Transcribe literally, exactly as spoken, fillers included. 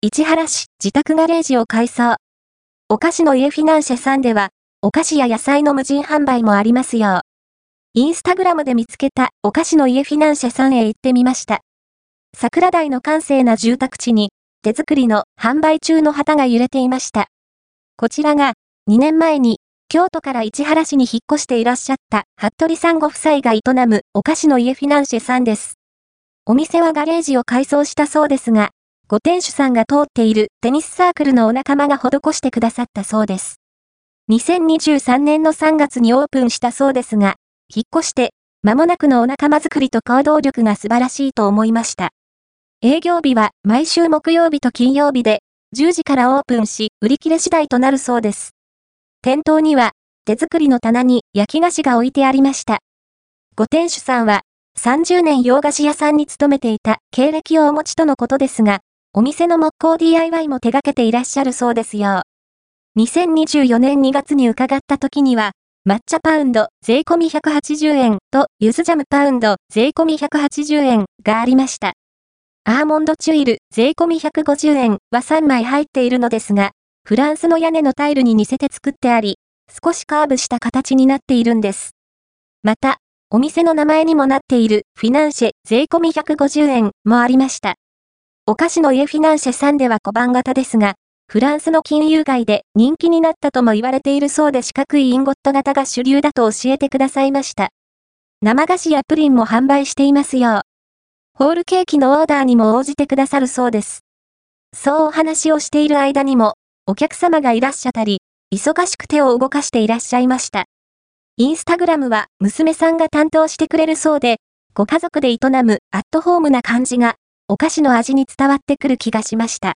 市原市自宅ガレージを改装。お菓子の家フィナンシェさんでは、お菓子や野菜の無人販売もありますよ。インスタグラムで見つけたお菓子の家フィナンシェさんへ行ってみました。桜台の閑静な住宅地に、手作りの販売中の旗が揺れていました。こちらが、にねんまえに、京都から市原市に引っ越していらっしゃった、服部さんご夫妻が営むお菓子の家フィナンシェさんです。お店はガレージを改装したそうですが、ご店主さんが通っているテニスサークルのお仲間が施してくださったそうです。にせんにじゅうさんねんのさんがつにオープンしたそうですが、引っ越して、間もなくのお仲間作りと行動力が素晴らしいと思いました。営業日は毎週木曜日と金曜日で、じゅうじからオープンし、売り切れ次第となるそうです。店頭には、手作りの棚に焼き菓子が置いてありました。ご店主さんは、さんじゅうねん洋菓子屋さんに勤めていた経歴をお持ちとのことですが、お店の木工 ディーアイワイ も手掛けていらっしゃるそうですよ。にせんにじゅうよねんにがつに伺った時には、抹茶パウンド税込みひゃくはちじゅうえんとゆずジャムパウンド税込みひゃくはちじゅうえんがありました。アーモンドチュイル税込みひゃくごじゅうえんはさんまい入っているのですが、フランスの屋根のタイルに似せて作ってあり、少しカーブした形になっているんです。また、お店の名前にもなっているフィナンシェ税込みひゃくごじゅうえんもありました。お菓子の家フィナンシェさんでは小判型ですが、フランスの金融街で人気になったとも言われているそうで四角いインゴット型が主流だと教えてくださいました。生菓子やプリンも販売していますよ。ホールケーキのオーダーにも応じてくださるそうです。そうお話をしている間にも、お客様がいらっしゃったり、忙しく手を動かしていらっしゃいました。インスタグラムは娘さんが担当してくれるそうで、ご家族で営むアットホームな感じが、お菓子の味に伝わってくる気がしました。